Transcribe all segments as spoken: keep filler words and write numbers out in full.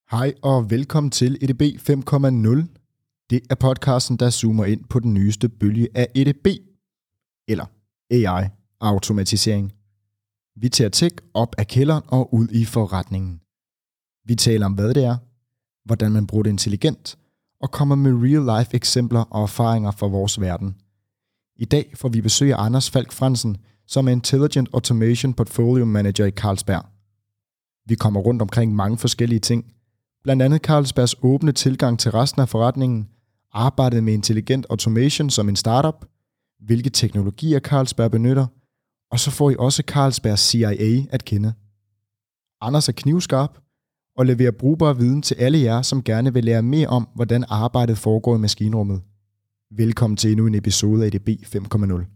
Hej og velkommen til E D B fem punkt nul. Det er podcasten, der zoomer ind på den nyeste bølge af E D B, eller A I-automatisering. Vi tager tech op af kælderen og ud i forretningen. Vi taler om, hvad det er, hvordan man bruger det intelligent, og kommer med real-life eksempler og erfaringer fra vores verden. I dag får vi besøg af Anders Falk Frandsen, som er Intelligent Automation Portfolio Manager i Carlsberg. Vi kommer rundt omkring mange forskellige ting, blandt andet Carlsbergs åbne tilgang til resten af forretningen, arbejdet med intelligent automation som en startup, hvilke teknologier Carlsberg benytter, og så får I også Carlsbergs C I A at kende. Anders er knivskarp og leverer brugbar viden til alle jer, som gerne vil lære mere om, hvordan arbejdet foregår i maskinrummet. Velkommen til endnu en episode af E D B fem punkt nul.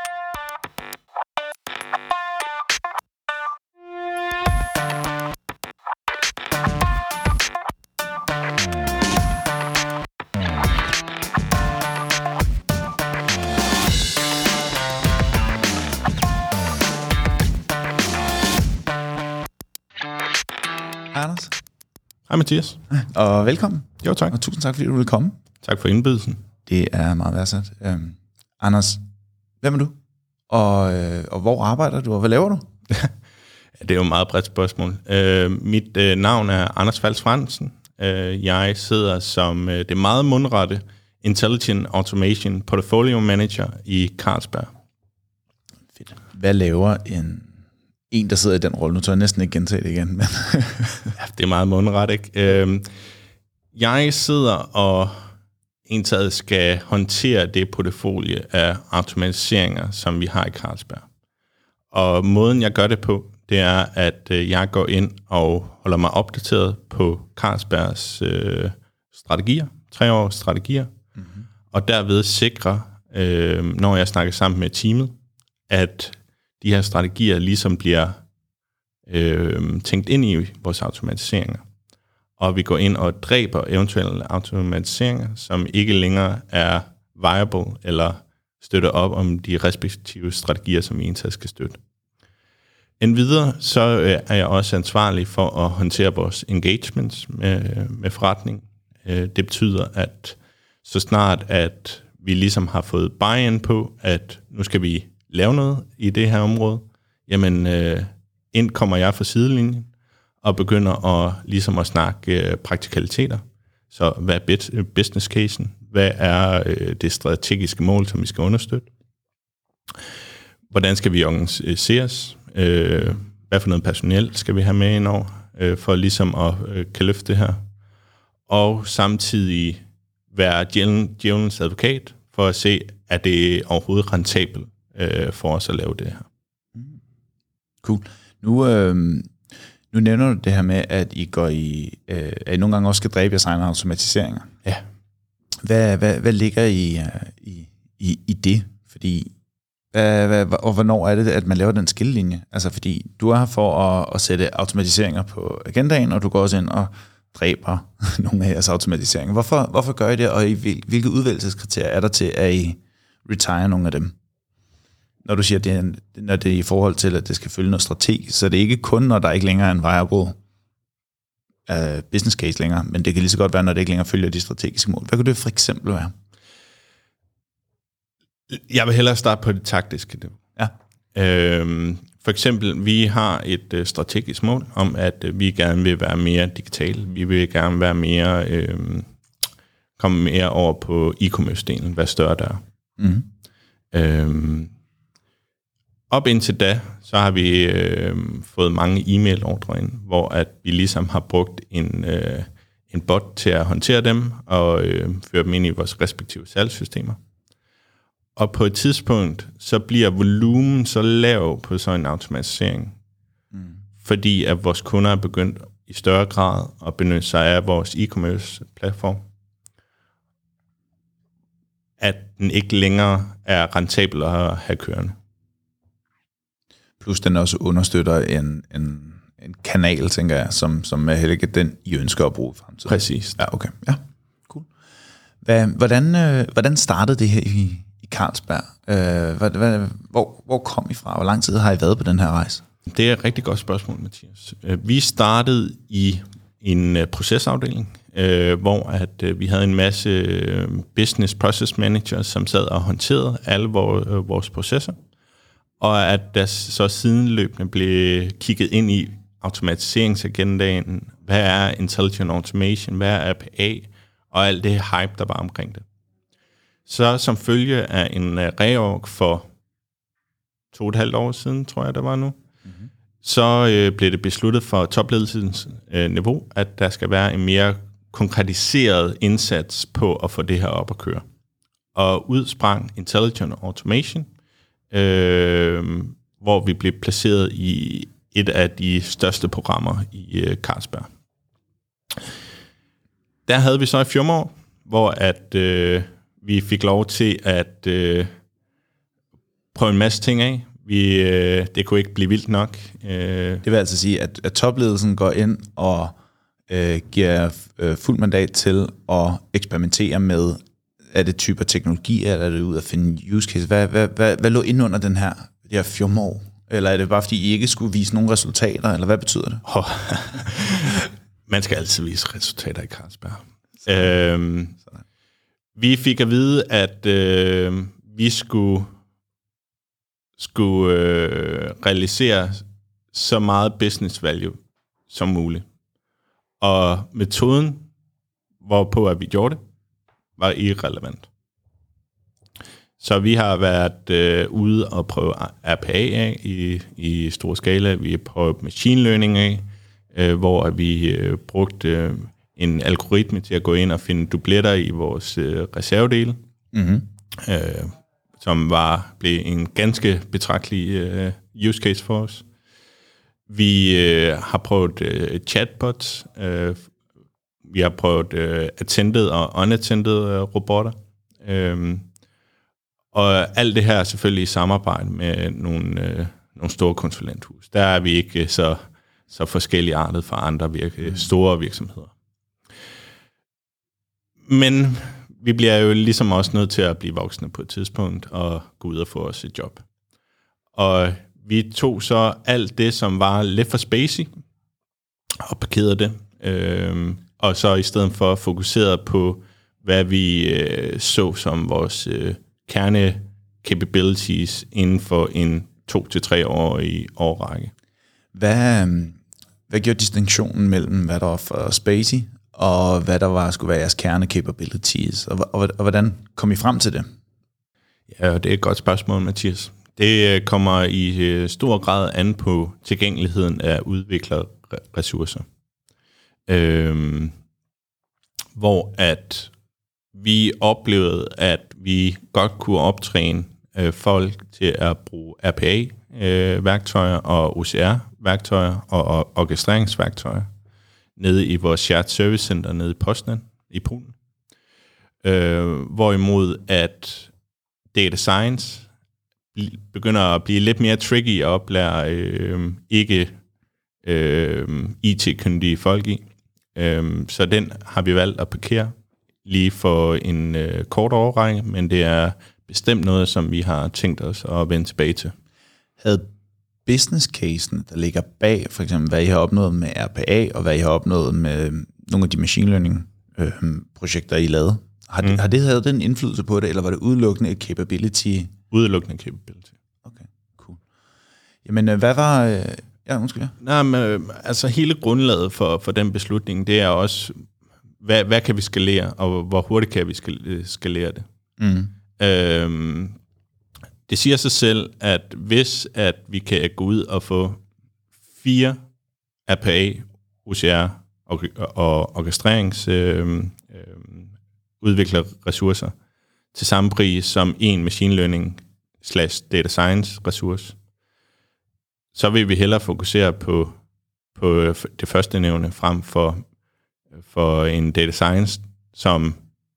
Anders. Hej Mathias. Og velkommen. Jo tak. Og tusind tak, fordi du ville komme. Tak for indbydelsen. Det er meget værdsat. Øhm, Anders, hvem er du? Og, øh, og hvor arbejder du, og hvad laver du? Det er jo et meget bredt spørgsmål. Øh, mit øh, navn er Anders Falk Frandsen. Øh, jeg sidder som øh, det meget mundrette Intelligent Automation Portfolio Manager i Carlsberg. Fedt. Hvad laver en... En, der sidder i den rolle. Nu tør jeg næsten ikke gentage det igen. Men ja, det er meget mundret, ikke? Øhm, jeg sidder og entaget skal håndtere det portefølje af automatiseringer, som vi har i Carlsberg. Og måden, jeg gør det på, det er, at jeg går ind og holder mig opdateret på Carlsbergs øh, strategier, treårige strategier, mm-hmm. og derved sikre, øh, når jeg snakker sammen med teamet, at de her strategier ligesom bliver øh, tænkt ind i vores automatiseringer. Og vi går ind og dræber eventuelle automatiseringer, som ikke længere er viable eller støtter op om de respektive strategier, som vi egentlig skal støtte. Endvidere så øh, er jeg også ansvarlig for at håndtere vores engagements med, med forretning. Øh, det betyder, at så snart at vi ligesom har fået buy-in på, at nu skal vi lave noget i det her område, jamen øh, ind kommer jeg fra sidelinjen og begynder at ligesom at snakke øh, praktikaliteter. Så hvad er business casen? Hvad er øh, det strategiske mål, som vi skal understøtte? Hvordan skal vi organiseres? Øh, hvad for noget personel skal vi have med indover, øh, for ligesom at øh, kan løfte det her? Og samtidig være djævelens advokat for at se, at det er overhovedet rentabelt for os at lave det her. Cool. Nu, øh, nu nævner du det her med, at I går i, øh, at I nogle gange også skal dræbe jeres egne automatiseringer. Ja. Hvad, hvad, hvad ligger i, i, i, i det? Fordi, hvad, hvad, og hvornår er det, at man laver den skillelinje? Altså, fordi du er her for at, at sætte automatiseringer på agendaen, og du går også ind og dræber nogle af jeres automatiseringer. Hvorfor, hvorfor gør I det, og i hvilke udvælgelseskriterier er der til, at I retire nogle af dem? Når du siger, at det er, når det er i forhold til, at det skal følge noget strategisk, så det er ikke kun, når der ikke længere er en viable uh, business case længere, men det kan lige så godt være, når det ikke længere følger de strategiske mål. Hvad kunne det for eksempel være? Jeg vil hellere starte på det taktiske. Ja. Øhm, for eksempel, vi har et øh, strategisk mål om, at øh, vi gerne vil være mere digitale. Vi vil gerne være mere, øh, komme mere over på e-commerce-delen, hvad større der er. Mm-hmm. Øhm, Op indtil da, så har vi øh, fået mange e-mail-ordre ind, hvor at vi ligesom har brugt en, øh, en bot til at håndtere dem og øh, føre dem ind i vores respektive salgssystemer. Og på et tidspunkt, så bliver volumen så lav på sådan en automatisering, mm. fordi at vores kunder er begyndt i større grad at benytte sig af vores e-commerce-platform, at den ikke længere er rentabel at have kørende. Plus den også understøtter en, en, en kanal, tænker jeg, som, som er heller ikke den, I ønsker at bruge i fremtiden. Præcis. Ja, okay. Ja, cool. Hvad, hvordan, øh, hvordan startede det her i, i Carlsberg? Øh, hvad, hvad, hvor, hvor kom I fra? Hvor lang tid har I været på den her rejse? Det er et rigtig godt spørgsmål, Mathias. Vi startede i en uh, procesafdeling, uh, hvor at uh, vi havde en masse uh, business process managers, som sad og håndterede alle vores, uh, vores processer, og at der så sideløbende blev kigget ind i automatiseringsagendaen, hvad er intelligent automation, hvad er A P A, og alt det hype, der var omkring det. Så som følge af en uh, reorg for to og et halvt år siden, tror jeg, der var nu, mm-hmm. så øh, blev det besluttet for topledelsens øh, niveau, at der skal være en mere konkretiseret indsats på at få det her op at køre. Og udsprang Intelligent Automation, øh, hvor vi blev placeret i et af de største programmer i øh, Carlsberg. Der havde vi så et firmaår, hvor at, øh, vi fik lov til at øh, prøve en masse ting af. Vi, øh, det kunne ikke blive vildt nok. Øh. Det vil altså sige, at, at topledelsen går ind og øh, giver øh, fuld mandat til at eksperimentere med, er det typer teknologi, eller er det ud at finde use case? Hvad, hvad, hvad, hvad lå inde under den her, det her firmaår? Eller er det bare, fordi I ikke skulle vise nogle resultater, eller hvad betyder det? Oh. Man skal altid vise resultater i Carlsberg. Øhm, vi fik at vide, at øh, vi skulle... skulle øh, realisere så meget business value som muligt. Og metoden, hvorpå at vi gjorde det, var irrelevant. Så vi har været øh, ude og prøve A P A af i, i stor skala. Vi har prøvet machine learning af, øh, hvor vi øh, brugte øh, en algoritme til at gå ind og finde dubletter i vores øh, reservedele. Mm-hmm. Øh, som var blev en ganske betragtelig uh, use case for os. Vi uh, har prøvet uh, chatbots, uh, vi har prøvet uh, attended og unattended uh, robotter, um, og alt det her er selvfølgelig i samarbejde med nogle, uh, nogle store konsulenthus. Der er vi ikke så, så forskellige artet fra andre virke, store virksomheder. Men vi bliver jo ligesom også nødt til at blive voksne på et tidspunkt og gå ud og få os et job. Og vi tog så alt det, som var lidt for spacey, og parkerede det. Øh, og så i stedet for fokuseret på, hvad vi øh, så som vores øh, kerne-capabilities inden for en to til tre år i årrække. Hvad, hvad gjorde distinktionen mellem, hvad der var for spacey, og hvad der var skulle være jeres kerne-capabilities, og, og, og hvordan kom I frem til det? Ja, det er et godt spørgsmål, Mathias. Det kommer i stor grad an på tilgængeligheden af udviklerressourcer. Øhm, hvor at vi oplevede, at vi godt kunne optræne øh, folk til at bruge R P A-værktøjer øh, og O C R-værktøjer og, og orkestreringsværktøjer nede i vores shared service center nede i Poznan i Polen. Øh, hvorimod at data science begynder at blive lidt mere tricky at oplære øh, ikke øh, I T-kyndige folk i. Øh, så den har vi valgt at parkere lige for en øh, kort årrække, men det er bestemt noget, som vi har tænkt os at vende tilbage til. Havde business casen, der ligger bag, for eksempel hvad I har opnået med R P A, og hvad I har opnået med nogle af de machine learning øh, projekter, I lavede, har, mm. det, har det havde den indflydelse på det, eller var det udelukkende et capability? Udelukkende capability. Okay, cool. Jamen, hvad var... Øh, ja, undskyld. Nej, men altså hele grundlaget for, for den beslutning, det er også, hvad, hvad kan vi skalere, og hvor hurtigt kan vi skalere det. Mm. Øhm, det siger sig selv, at hvis at vi kan gå ud og få fire R P A, O C R og, og orkestrerings øh, øh, udviklerressourcer til samme pris som en machine learning slash data science ressource, så vil vi hellere fokusere på, på det første nævne frem for, for en data science, som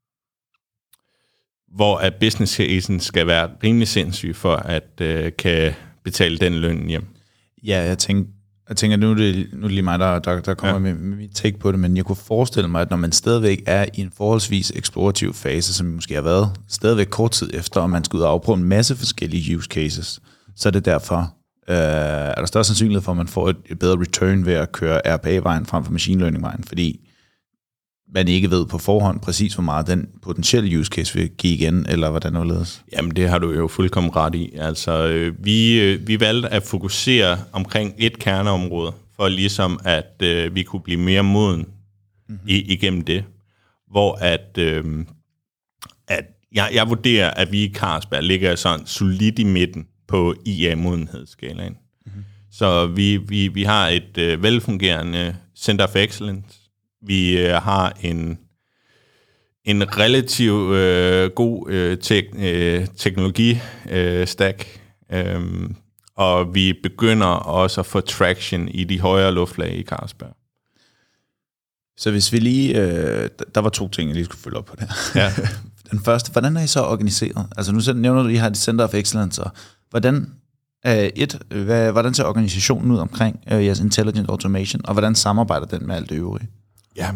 hvor at business casen skal være rimelig sindssyg for at uh, kan betale den løn hjem. Ja, jeg tænker, jeg tænker nu, er det, nu er det lige mig, der, der, der kommer ja. med, med mit take på det, men jeg kunne forestille mig, at når man stadigvæk er i en forholdsvis eksplorativ fase, som måske har været stadigvæk kort tid efter, og man skal ud og afprøve en masse forskellige use cases, så er det derfor, øh, er der større sandsynlighed for, at man får et, et bedre return ved at køre R P A-vejen frem for machine learning-vejen, fordi man ikke ved på forhånd præcis, hvor meget den potentielle use case vil give igen, eller hvordan det ledes? Jamen, det har du jo fuldkommen ret i. Altså, øh, vi, øh, vi valgte at fokusere omkring et kerneområde, for ligesom at øh, vi kunne blive mere moden mm-hmm. i, igennem det. Hvor at, øh, at jeg, jeg vurderer, at vi i Carlsberg ligger sådan solidt i midten på I A-modenhedsskalaen. Mm-hmm. Så vi, vi, vi har et øh, velfungerende Center of Excellence. Vi øh, har en, en relativt øh, god øh, tek, øh, teknologi-stack, øh, øh, og vi begynder også at få traction i de højere luftlag i Carlsberg. Så hvis vi lige... Øh, der var to ting, jeg lige skulle følge op på der. Ja. Den første, hvordan er I så organiseret? Altså nu nævner du, at I har det Center of Excellence, og hvordan, øh, et, hvad, hvordan ser organisationen ud omkring øh, jeres Intelligent Automation, og hvordan samarbejder den med alt det øvrige? Ja,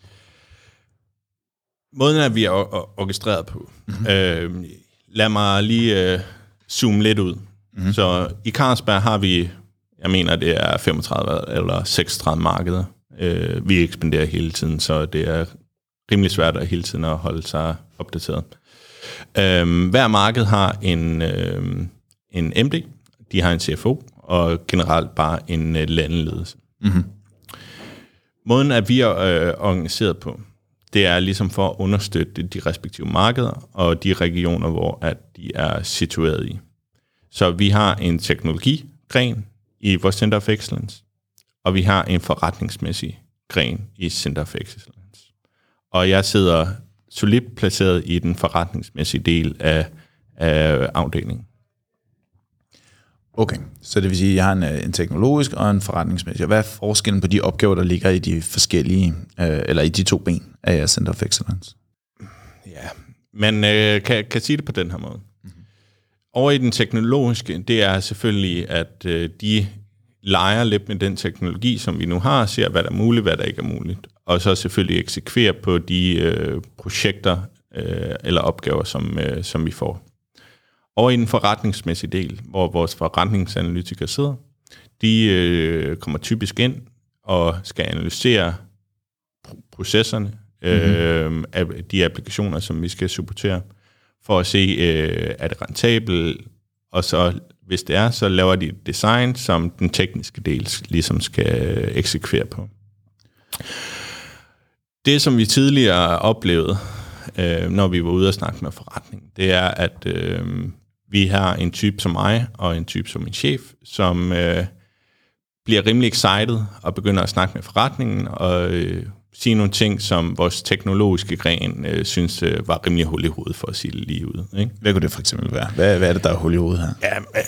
måden er vi er orkestreret på. Mm-hmm. Øh, lad mig lige øh, zoome lidt ud. Mm-hmm. Så i Carlsberg har vi, jeg mener det er femogtredive eller seksogtredive markeder. Øh, vi ekspanderer hele tiden, så det er rimelig svært at hele tiden at holde sig opdateret. Øh, hver marked har en, øh, en M D, de har en C F O, og generelt bare en øh, landeledelse. Mm-hmm. Måden, at vi er øh, organiseret på, det er ligesom for at understøtte de respektive markeder og de regioner, hvor at de er situeret i. Så vi har en teknologigren i vores Center of Excellence, og vi har en forretningsmæssig gren i Center of Excellence. Og jeg sidder solidt placeret i den forretningsmæssige del af, af afdelingen. Okay, så det vil sige, at jeg har en, en teknologisk og en forretningsmæssig. Hvad er forskellen på de opgaver, der ligger i de forskellige, øh, eller i de to ben af jeres Center of Excellence? Ja, man øh, kan, kan sige det på den her måde. Mm-hmm. Over i den teknologiske, det er selvfølgelig, at øh, de leger lidt med den teknologi, som vi nu har, ser, hvad der er muligt, hvad der ikke er muligt. Og så selvfølgelig eksekvere på de øh, projekter øh, eller opgaver, som, øh, som vi får. Over i den forretningsmæssige del, hvor vores forretningsanalytikere sidder, de øh, kommer typisk ind og skal analysere processerne, mm-hmm. øh, af de applikationer, som vi skal supportere, for at se, øh, er det rentabelt, og så, hvis det er, så laver de et design, som den tekniske del ligesom skal eksekvere på. Det, som vi tidligere oplevede, øh, når vi var ude og snakke med forretningen, det er, at øh, vi har en type som mig, og en type som min chef, som øh, bliver rimelig excited og begynder at snakke med forretningen, og øh, sige nogle ting, som vores teknologiske gren øh, synes øh, var rimelig hul i hovedet, for at sige det lige ud. Ikke? Hvad kunne det for eksempel være? Hvad, hvad er det, der er hul i hovedet her? Ja, øh,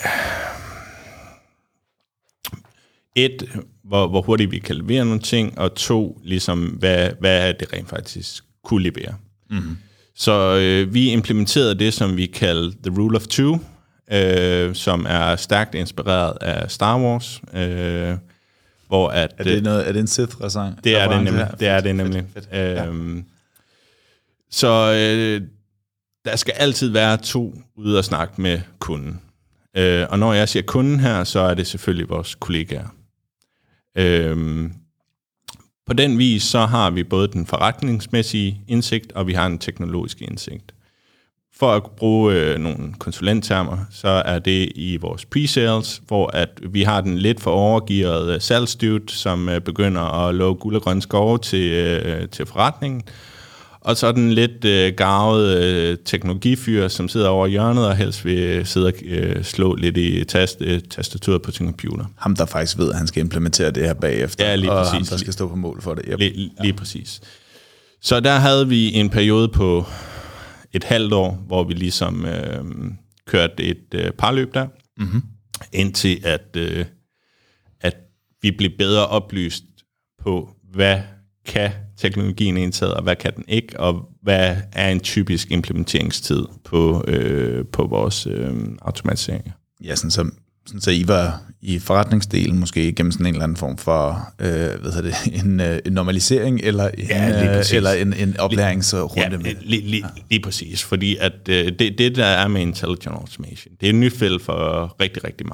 et, hvor, hvor hurtigt vi kan levere nogle ting, og to, ligesom, hvad, hvad det rent faktisk kunne levere. Mm-hmm. Så øh, vi implementerede det, som vi kalder The Rule of Two, øh, som er stærkt inspireret af Star Wars. Øh, hvor at, er, det noget, er det en Sith-ressang? Det er det nemlig. Det er det nemlig. Fedt, fedt. Øhm, ja. Så øh, der skal altid være to ude at snakke med kunden. Øh, og når jeg siger kunden her, så er det selvfølgelig vores kollegaer. Øh, På den vis, så har vi både den forretningsmæssige indsigt, og vi har en teknologisk indsigt. For at bruge øh, nogle konsulenttermer, så er det i vores pre-sales, hvor at vi har den lidt for overgearede salgsdude, som øh, begynder at love guld og grønne skove til, øh, til forretningen. Og så er den lidt øh, garvede øh, teknologifyr, som sidder over hjørnet og helst vil sidde og øh, slå lidt i tast, øh, tastaturet på sin computer. Ham, der faktisk ved, at han skal implementere det her bagefter, ja, lige og præcis. ham, der skal stå på mål for det. Yep. Lige, lige ja. præcis. Så der havde vi en periode på et halvt år, hvor vi ligesom øh, kørte et øh, parløb der, mm-hmm. indtil at, øh, at vi blev bedre oplyst på, hvad kan teknologien indtaget, og hvad kan den ikke, og hvad er en typisk implementeringstid på, øh, på vores øh, automatiseringer. Ja, sådan så, sådan så I var i forretningsdelen måske gennem sådan en eller anden form for øh, hvad hedder det, en, en normalisering, eller en, ja, øh, eller en, en oplæringsrunde ja, med. Lige, lige, lige præcis, fordi at øh, det, det, der er med Intelligent Automation, det er et nyt felt for rigtig, rigtig mange.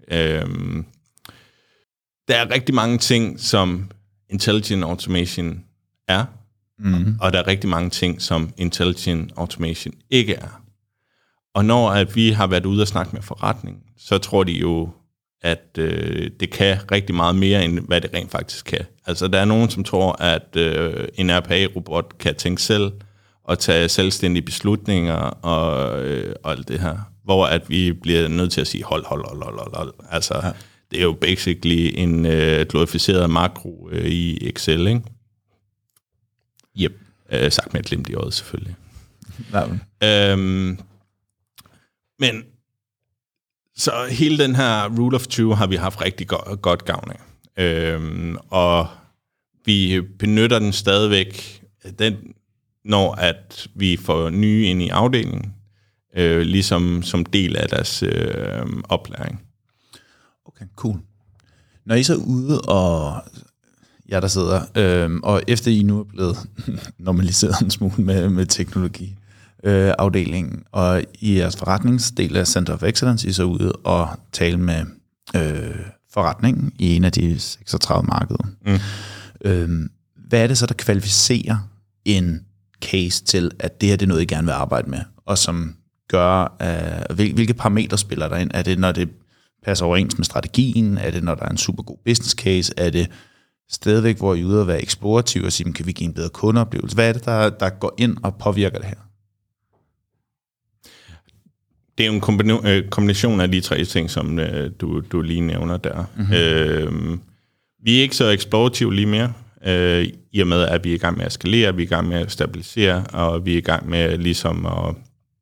Øhm, der er rigtig mange ting, som intelligent automation er, mm. og der er rigtig mange ting, som intelligent automation ikke er. Og når at vi har været ude og snakke med forretning, så tror de jo, at øh, det kan rigtig meget mere, end hvad det rent faktisk kan. Altså, der er nogen, som tror, at øh, en R P A-robot kan tænke selv, og tage selvstændige beslutninger, og, øh, og alt det her. Hvor at vi bliver nødt til at sige, hold, hold, hold, hold, hold. Altså, ja. Det er jo basically en øh, glorificeret makro øh, i Excel, ikke? Yep. Øh, sagt med et glimt i øjet, selvfølgelig. Ja. Øhm, men så hele den her rule of two har vi haft rigtig godt, godt gavn af. Øhm, og vi benytter den stadigvæk, den, når at vi får nye ind i afdelingen, øh, ligesom som del af deres øh, oplæring. Okay, cool. Når I så er ude, og jeg der sidder, øh, og efter I nu er blevet normaliseret en smule med, med teknologi, øh, afdelingen, og i jeres forretningsdel af Center of Excellence, I så ude og tale med øh, forretningen i en af de seksogtredive markeder. Mm. Øh, hvad er det så, der kvalificerer en case til, at det her det er noget, I gerne vil arbejde med, og som gør, øh, hvilke parametre spiller der ind? Er det, når det passer overens med strategien? Er det, når der er en super god business case? Er det stadigvæk, hvor I er ude at være eksplorativ og sige, kan vi give en bedre kundeoplevelse? Hvad er det, der, der går ind og påvirker det her? Det er jo en kombination af de tre ting, som du, du lige nævner der. Mm-hmm. Øh, vi er ikke så eksplorative lige mere, øh, i og med, at vi er i gang med at skalere, vi er i gang med at stabilisere, og vi er i gang med ligesom at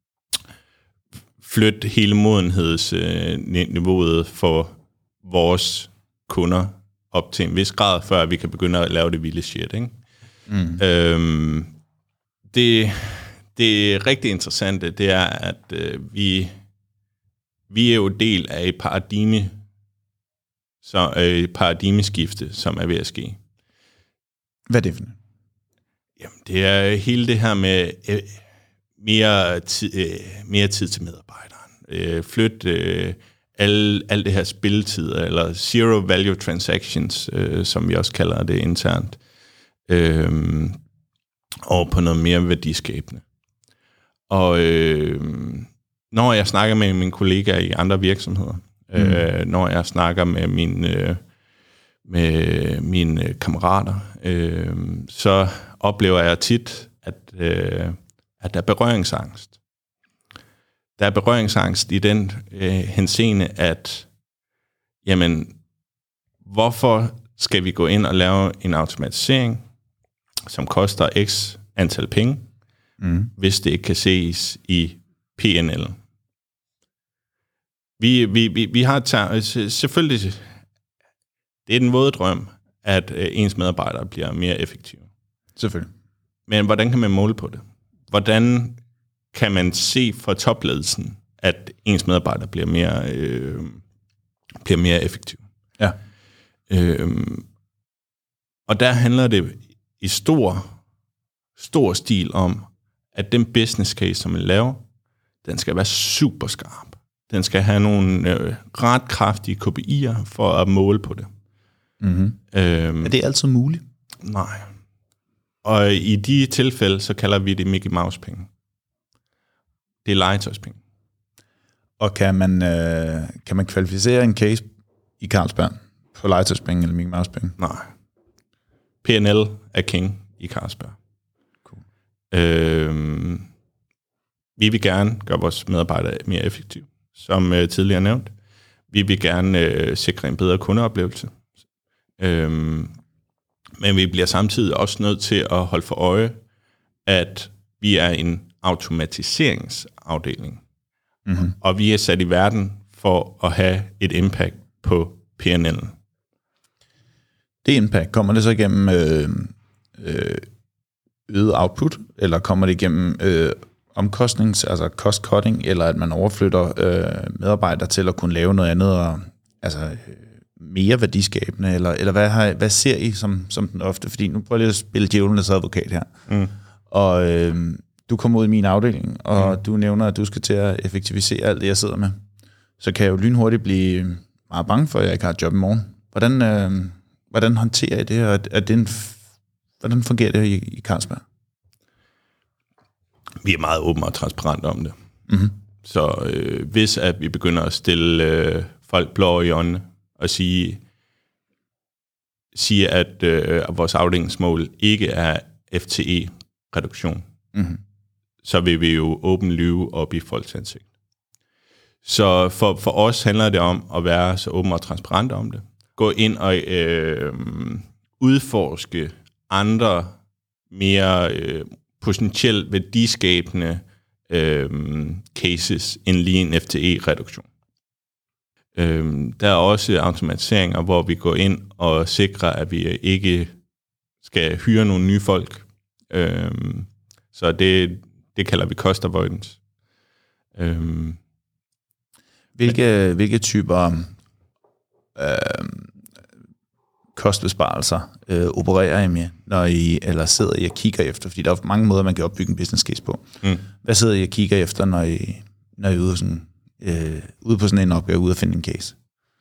flytte hele modenhedsniveauet for vores kunder op til en vis grad, før vi kan begynde at lave det vilde shit, ikke? Mm. Øhm, det, det er rigtig interessante, det er, at øh, vi, vi er jo del af et paradigme, så, øh, et paradigmeskifte, som er ved at ske. Hvad er det for noget? Jamen, det er hele det her med øh, mere, tid, øh, mere tid til medarbejderen. Øh, flyt øh, al, al det her spilletid, eller zero value transactions, øh, som vi også kalder det internt, øh, og på noget mere værdiskabende. Og øh, når jeg snakker med mine kollegaer i andre virksomheder, mm. øh, når jeg snakker med mine, øh, med mine kammerater, øh, så oplever jeg tit, at, øh, at der er berøringsangst. Der er berøringsangst i den øh, henseende, at jamen, hvorfor skal vi gå ind og lave en automatisering, som koster x antal penge, mm. hvis det ikke kan ses i P and L. Vi, vi, vi, vi har taget, selvfølgelig, det er den våde drøm, at øh, ens medarbejdere bliver mere effektive. Selvfølgelig. Men hvordan kan man måle på det? Hvordan kan man se fra topledelsen, at ens medarbejdere bliver mere, øh, bliver mere effektive? Ja. Øhm, og der handler det i stor, stor stil om, at den business case, som man laver, den skal være super skarp. Den skal have nogle øh, ret kraftige K P I'er for at måle på det. Mm-hmm. Øhm, er det altid muligt? Nej. Og i de tilfælde, så kalder vi det Mickey Mouse-penge. Det er legetøjspenge. Og kan man, øh, kan man kvalificere en case i Carlsberg på legetøjspenge eller Mickey Mouse-penge? Nej. P and L er king i Carlsberg. Cool. Øhm, vi vil gerne gøre vores medarbejdere mere effektive, som øh, tidligere nævnt. Vi vil gerne øh, sikre en bedre kundeoplevelse. Øhm, men vi bliver samtidig også nødt til at holde for øje, at vi er en automatiseringsafdeling. Mm-hmm. Og vi er sat i verden for at have et impact på P and L'en. Det impact, kommer det så igennem øh, øh, øget output, eller kommer det igennem øh, omkostnings, altså cost cutting, eller at man overflytter øh, medarbejdere til at kunne lave noget andet, og, altså øh, mere værdiskabende, eller, eller hvad, har, hvad ser I som, som den ofte? Fordi nu prøver jeg lidt at spille djævlenes advokat her. Mm. Og øh, du kommer ud i min afdeling, og mm. du nævner, at du skal til at effektivisere alt det, jeg sidder med. Så kan jeg jo lynhurtigt blive meget bange for, at jeg ikke har et job i morgen. Hvordan, øh, hvordan håndterer I det, og er det en, hvordan fungerer det i, i Carlsberg? Vi er meget åbne og transparente om det. Mm-hmm. Så øh, hvis at vi begynder at stille øh, folk blå i øjnene og sige, sige at øh, vores afdelingsmål ikke er F T E-reduktion, mm-hmm. så vil vi jo åbent lyve op i folks ansigt. Så for, for os handler det om at være så åben og transparent om det. Gå ind og øh, udforske andre mere øh, potentielt værdiskabende øh, cases end lige en F T E-reduktion. Øh, der er også automatiseringer, hvor vi går ind og sikrer, at vi ikke skal hyre nogle nye folk. Øh, så det, det kalder vi cost avoidance. Øh, Hvilke, hvilke typer øh, kostbesparelser øh, opererer I med, når I, eller sidder I og kigger efter? Fordi der er mange måder, man kan opbygge en business case på. Mm. Hvad sidder I og kigger efter, når I, når I er ude, sådan, øh, ude på sådan en opgave, ude at finde en case?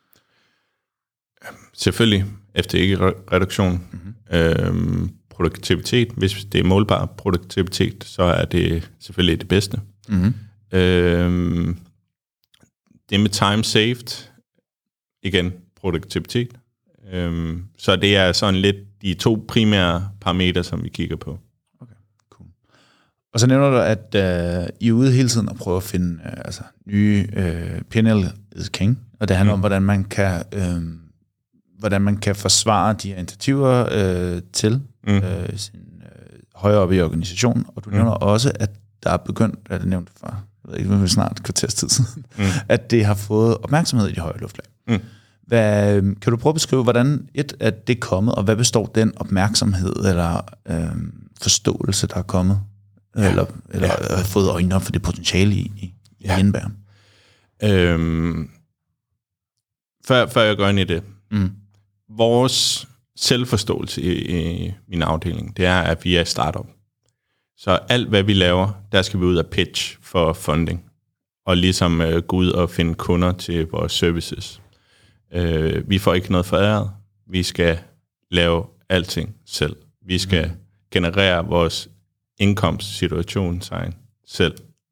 Selvfølgelig F T E-reduktion. Mm-hmm. Øhm, produktivitet. Hvis det er målbar produktivitet, så er det selvfølgelig det bedste. Mm-hmm. Øhm, Det med time saved, igen, produktivitet. Øhm, så det er sådan lidt de to primære parametre, som vi kigger på. Okay, cool. Og så nævner du, at øh, I er ude hele tiden og prøve at finde øh, altså, nye øh, P and L is king, og det handler mm. om, hvordan man kan øh, hvordan man kan forsvare de her initiativer øh, til mm. øh, sin, øh, højere op i organisationen. Og du nævner mm. også, at der er begyndt, at det nævnt for ikke snart kvarters tid siden, mm. at det har fået opmærksomhed i de høje luftlag. Mm. Hvad, kan du prøve at beskrive, hvordan et, at det er kommet, og hvad består den opmærksomhed eller øh, forståelse, der er kommet, ja. eller, eller ja. har fået øjnene op for det potentiale i, i, ja. i indbæren? Øhm, før, før jeg går ind i det, mm. vores selvforståelse i, i min afdeling, det er, at vi er startup. Så alt, hvad vi laver, der skal vi ud og pitch for funding, og ligesom øh, gå ud og finde kunder til vores services. Øh, vi får ikke noget foræret. Vi skal lave alting selv. Vi skal mm. generere vores indkomstsituation selv.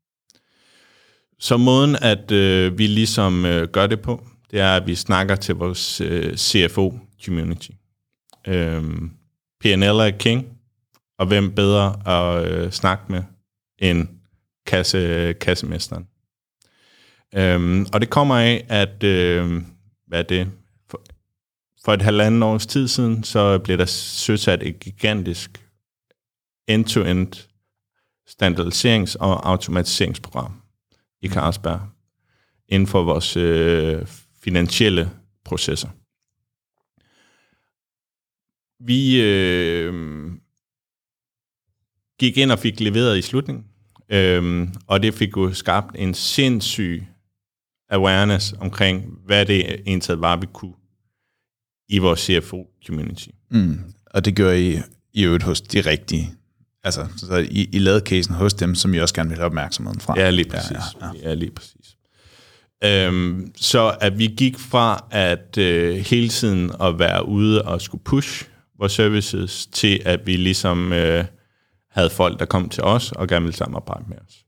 Så måden, at øh, vi ligesom øh, gør det på, det er, at vi snakker til vores øh, C F O-community. Øh, P and L er king. Og hvem bedre at øh, snakke med end kasse, kassemesteren. Øhm, og det kommer af, at øh, hvad er det? For, for et halvanden års tid siden, så blev der søsat et gigantisk end-to-end standardiserings- og automatiseringsprogram i Carlsberg inden for vores øh, finansielle processer. Vi øh, gik ind og fik leveret i slutningen, øhm, og det fik jo skabt en sindssyg awareness omkring, hvad det egentlig var, vi kunne i vores C F O-community. Mm. Og det gør I i øvrigt hos de rigtige, altså så I, I lavede casen hos dem, som I også gerne vil have opmærksomheden fra. Ja, lige præcis. Ja, ja, ja. ja lige præcis. Øhm, så at vi gik fra at øh, hele tiden at være ude og skulle push vores services, til at vi ligesom øh, havde folk, der kom til os og gerne ville samarbejde med os.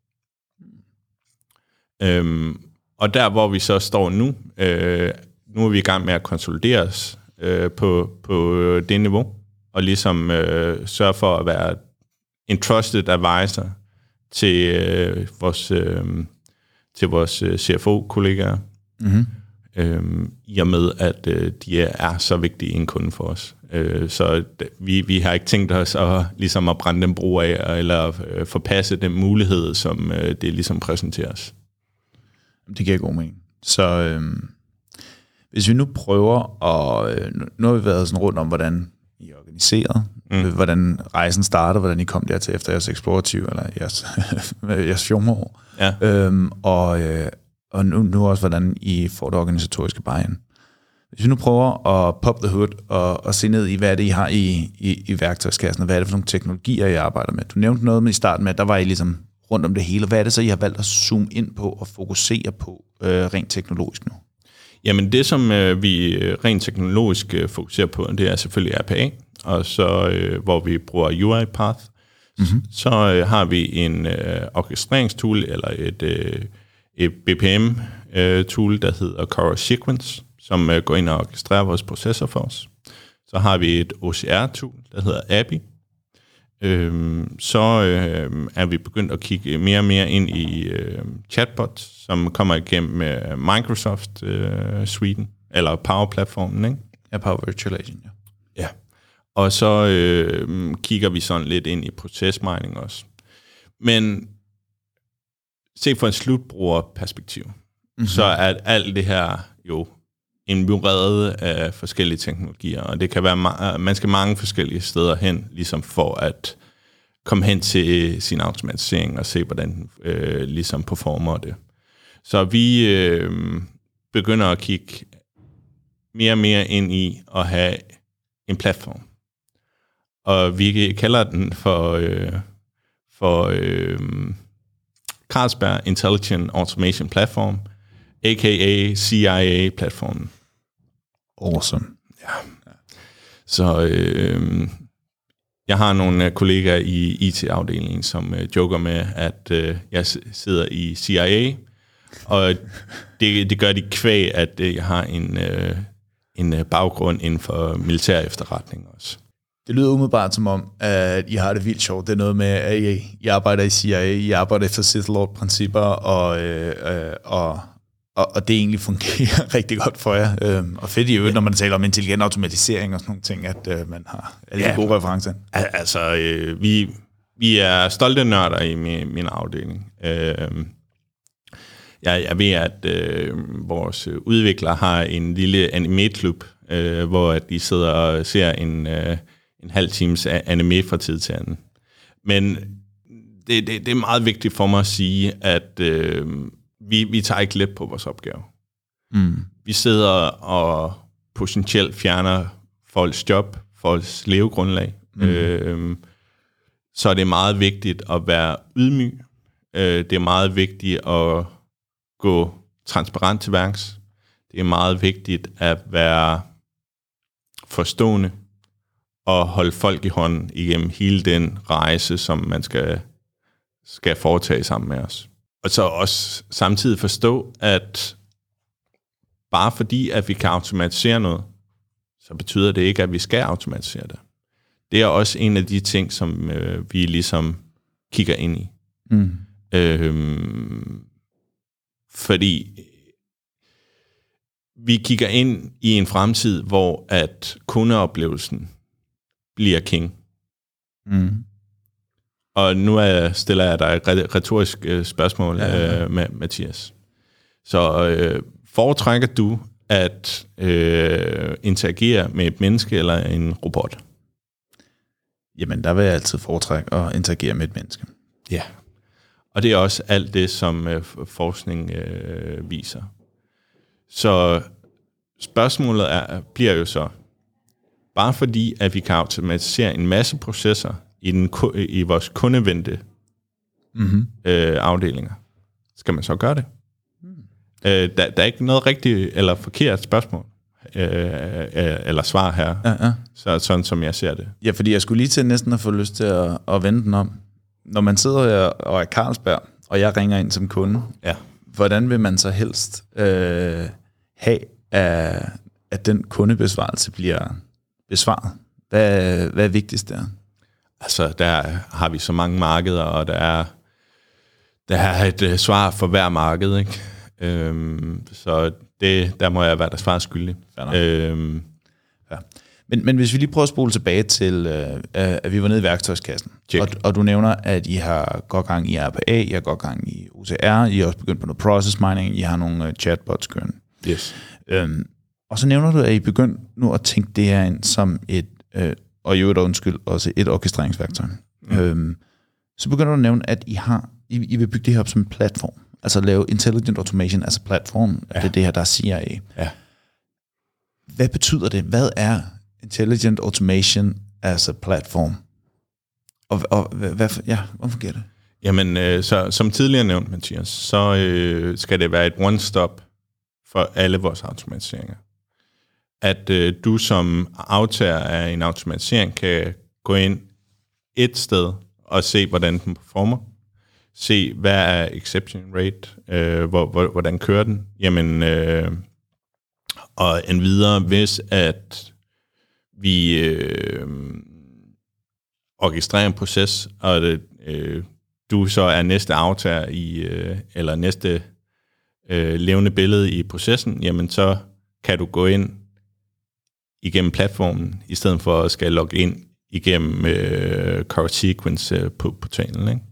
Øhm, og der, hvor vi så står nu, øh, nu er vi i gang med at konsolidere os øh, på, på det niveau, og ligesom øh, sørge for at være en trusted advisor til øh, vores, øh, til vores øh, C F O-kollegaer, mm-hmm. øh, i og med, at øh, de er så vigtige en kunde for os. Øh, så vi, vi har ikke tænkt os at, ligesom at brænde dem brug af, eller øh, forpasse den mulighed, som øh, det ligesom præsenteres. Det giver god mening. Så øh, hvis vi nu prøver at... Øh, nu har vi været sådan rundt om, hvordan I er organiseret, mm. hvordan rejsen starter, hvordan I kom dertil efter jeres eksplorativ, eller jeres, jeres fjormål. Ja. Øhm, og øh, og nu, nu også, hvordan I får det organisatoriske buy-in. Hvis vi nu prøver at pop the hood og, og se ned i, hvad det I har i, i, i værktøjskassen, og hvad er det for nogle teknologier, I arbejder med. Du nævnte noget med i starten med, at der var I ligesom rundt om det hele. Hvad er det så, I har valgt at zoome ind på og fokusere på øh, rent teknologisk nu? Jamen det, som øh, vi rent teknologisk øh, fokuserer på, det er selvfølgelig R P A, og så øh, hvor vi bruger U I Path. Mm-hmm. Så øh, har vi en øh, orkestreringstool, eller et, øh, et B P M-tool, øh, der hedder Chorus Sequence, som øh, går ind og orkestrerer vores processor for os. Så har vi et O C R-tool, der hedder Abby. Øhm, så øh, er vi begyndt at kigge mere og mere ind i øh, chatbots, som kommer igennem øh, Microsoft øh, suiten, eller Power-platformen, ikke? Ja, Power Virtual Agent, ja. Ja. Og så øh, kigger vi sådan lidt ind i procesmining også. Men se fra en slutbrugerperspektiv, mm-hmm. så er alt det her jo en myriade af forskellige teknologier, og det kan være, man skal mange forskellige steder hen, ligesom for at komme hen til sin automatisering og se, hvordan den øh, ligesom performer det. Så vi øh, begynder at kigge mere og mere ind i at have en platform. Og vi kalder den for, øh, for øh, Carlsberg Intelligent Automation Platform, a k a. C I A-platformen. Awesome. Ja. Så øh, jeg har nogle kollegaer i I T-afdelingen, som øh, joker med, at øh, jeg sidder i C I A, og det, det gør de kvæg, at øh, jeg har en, øh, en baggrund inden for militær efterretning også. Det lyder umiddelbart som om, at I har det vildt sjovt. Det er noget med, at I, I arbejder i C I A, I arbejder efter Sith Lord-principper, og, øh, og, og, og det egentlig fungerer rigtig godt for jer. Øhm, og fedt i øvrigt, når man taler om intelligent automatisering og sådan nogle ting, at øh, man har alle de ja, gode referencer. Altså, øh, vi, vi er stolte nørder i min, min afdeling. Øh, jeg, jeg ved, at øh, vores udviklere har en lille anime-klub, øh, hvor de sidder og ser en... Øh, en halv times anime fra tid til anden. Men det, det, det er meget vigtigt for mig at sige, at øh, vi, vi tager ikke let på vores opgave. Mm. Vi sidder og potentielt fjerner folks job, folks levegrundlag. Mm. Øh, så det er meget vigtigt at være ydmyg. Øh, det er meget vigtigt at gå transparent til værks. Det er meget vigtigt at være forstående og holde folk i hånden igennem hele den rejse, som man skal, skal foretage sammen med os. Og så også samtidig forstå, at bare fordi, at vi kan automatisere noget, så betyder det ikke, at vi skal automatisere det. Det er også en af de ting, som øh, vi ligesom kigger ind i. Mm. Øhm, fordi vi kigger ind i en fremtid, hvor at kundeoplevelsen bliver king. Mm. Og nu er, stiller jeg dig et retorisk øh, spørgsmål, ja, ja. Øh, med Mathias. Så øh, foretrækker du at øh, interagere med et menneske eller en robot? Jamen, der vil jeg altid foretrække at interagere med et menneske. Ja. Og det er også alt det, som øh, forskning øh, viser. Så spørgsmålet er, bliver jo så, bare fordi, at vi kan automatisere en masse processer i, den, i vores kundevendte mm-hmm. øh, afdelinger, skal man så gøre det? Mm. Øh, der, der er ikke noget rigtigt eller forkert spørgsmål, øh, øh, eller svar her, ja, ja. Så, sådan som jeg ser det. Ja, fordi jeg skulle lige til næsten at få lyst til at, at vende den om. Når man sidder og er Carlsberg, og jeg ringer ind som kunde, ja. Hvordan vil man så helst øh, have, at, at den kundebesvarelse bliver besvaret? Hvad, hvad er vigtigst der? Altså, der har vi så mange markeder, og der er, der er et uh, svar for hver marked, ikke? Øhm, så det, der må jeg være der svar skyldig. Øhm, ja. men, men hvis vi lige prøver at spole tilbage til, uh, at vi var nede i værktøjskassen, og, og du nævner, at I har godt gang i R P A, I har godt gang i O C R, I har også begyndt på noget process mining, I har nogle uh, chatbots kørende. Yes. Øhm, og så nævner du, at I begyndt nu at tænke det her ind som et, øh, og i øvrigt undskyld, også et orkestreringsværktøj. Mm. Øhm, så begynder du at nævne, at I, har, I, I vil bygge det her op som en platform. Altså lave Intelligent Automation as a platform. Ja. Det er det her, der er C I A. Ja. Hvad betyder det? Hvad er Intelligent Automation as a platform? Og, og hvad, ja, hvordan fungerer det? Jamen, øh, så, som tidligere nævnt, Mathias, så øh, skal det være et one-stop for alle vores automatiseringer. At øh, du som aftager af en automatisering kan gå ind et sted og se, hvordan den performer. Se, hvad er exception rate, øh, hvor, hvor, hvordan kører den. Jamen, øh, og endvidere, hvis at vi øh, orkestrerer en proces, og det, øh, du så er næste aftager i, øh, eller næste øh, levende billede i processen, jamen så kan du gå ind igennem platformen, i stedet for at skal logge ind igennem øh, Core Sequence øh, på portalen, ikke?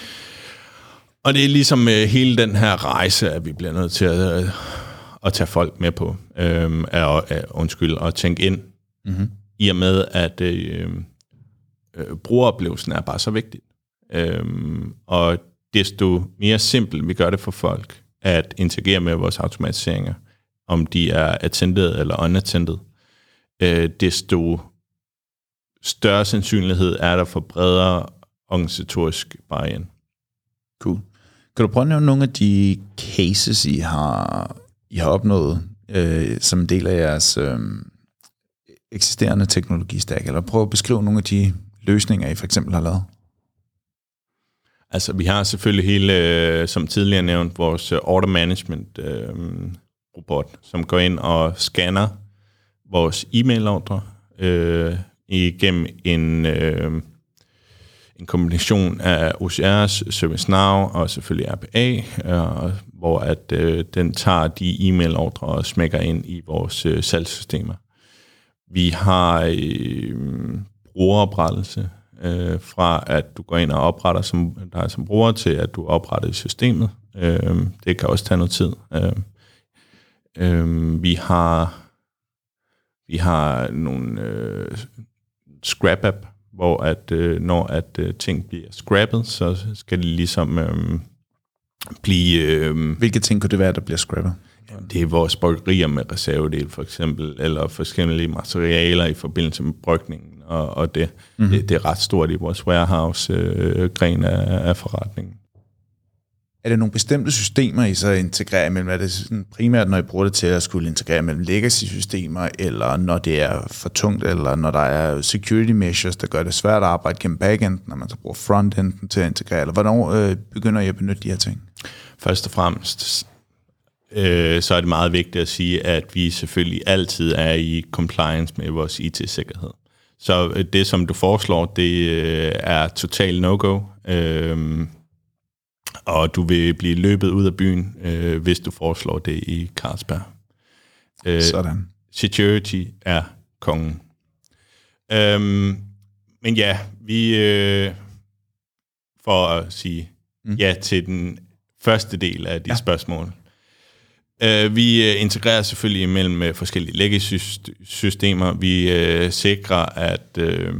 Og det er ligesom øh, hele den her rejse, at vi bliver nødt til at, øh, at tage folk med på, øh, er, er, undskyld, og tænke ind, mm-hmm. i og med, at øh, øh, brugeroplevelsen er bare så vigtig. Øh, og desto mere simpelt vi gør det for folk, at interagere med vores automatiseringer, om de er attended eller unattended, øh, desto større sandsynlighed er der for bredere organisatorisk buy-in. Cool. Kan du prøve at nævne nogle af de cases, I har, I har opnået øh, som en del af jeres øh, eksisterende teknologistack, eller prøve at beskrive nogle af de løsninger, I for eksempel har lavet? Altså, vi har selvfølgelig hele, som tidligere nævnt, vores order management øh, robot, som går ind og scanner vores e-mailordre øh, igennem en, øh, en kombination af O C R's, ServiceNow og selvfølgelig R P A, øh, hvor at, øh, den tager de e-mailordre og smækker ind i vores øh, salgssystemer. Vi har øh, brugeroprettelse, øh, fra at du går ind og opretter som, dig som bruger, til at du opretter i systemet. Øh, det kan også tage noget tid. Øh, øh, vi har vi har nogle øh, scrap-app, hvor at, øh, når at øh, ting bliver scrappet, så skal det ligesom øh, blive... Øh, Hvilke ting kunne det være, der bliver scrappet? Det er vores bryggerier med reservedel, for eksempel, eller forskellige materialer i forbindelse med brygningen, og, og det, mm-hmm. det, det er ret stort i vores warehouse-gren øh, af, af forretningen. Er det nogle bestemte systemer, I så integrerer imellem? Er det sådan primært, når I bruger det til at skulle integrere mellem legacy-systemer, eller når det er for tungt, eller når der er security measures, der gør det svært at arbejde gennem backenden, når man så bruger frontenden til at integrere? Eller hvornår øh, begynder I at benytte de her ting? Først og fremmest, øh, så er det meget vigtigt at sige, at vi selvfølgelig altid er i compliance med vores I T-sikkerhed. Så det, som du foreslår, det øh, er total no-go. Øh, Og du vil blive løbet ud af byen, øh, hvis du foreslår det i Carlsberg. Øh, Sådan. Security er kongen. Øhm, men ja, vi øh, for at sige mm. ja til den første del af de ja. spørgsmål. Øh, vi integrerer selvfølgelig imellem forskellige legacy-systemer. Vi øh, sikrer, at, øh,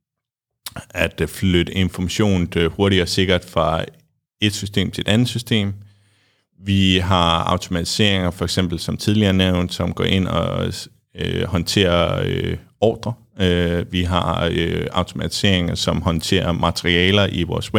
at flytte information hurtigt og sikkert fra et system til et andet system. Vi har automatiseringer, for eksempel som tidligere nævnt, som går ind og øh, håndterer øh, ordre. Øh, vi har øh, automatiseringer, som håndterer materialer i vores